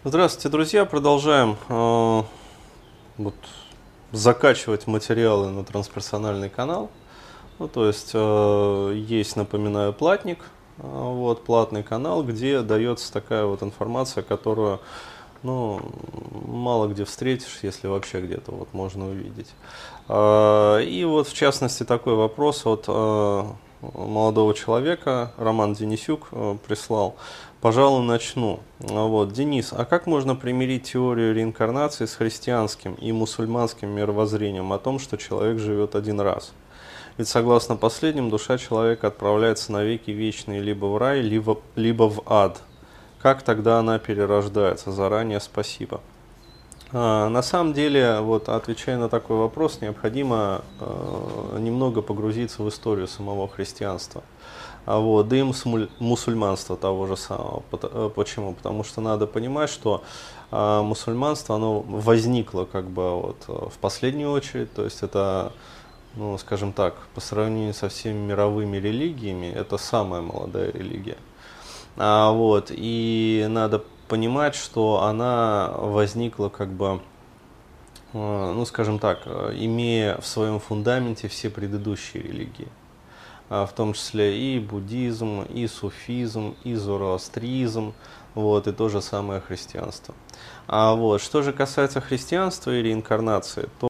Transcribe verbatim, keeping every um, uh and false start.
Здравствуйте, друзья! Продолжаем э, вот, закачивать материалы на трансперсональный канал. Ну, то есть э, есть, напоминаю, платник, э, вот, платный канал, где дается такая вот информация, которую ну, мало где встретишь, если вообще где-то вот можно увидеть. Э, и вот в частности такой вопрос от э, молодого человека, Роман Денисюк э, прислал. Пожалуй, начну. Вот. Денис, а как можно примирить теорию реинкарнации с христианским и мусульманским мировоззрением о том, что человек живет один раз? Ведь согласно последним, душа человека отправляется навеки вечные либо в рай, либо, либо в ад. Как тогда она перерождается? Заранее спасибо. А, на самом деле, вот, отвечая на такой вопрос, необходимо э, немного погрузиться в историю самого христианства. А вот, да и мусульманство того же самого. Почему? Потому что надо понимать, что а, мусульманство оно возникло как бы вот в последнюю очередь, то есть это, ну, скажем так, по сравнению со всеми мировыми религиями, это самая молодая религия. А, вот, и надо понимать, что она возникла как бы, ну, скажем так, имея в своем фундаменте все предыдущие религии. В том числе и буддизм, и суфизм, и зороастризм, вот, и то же самое христианство. А вот, что же касается христианства и реинкарнации, то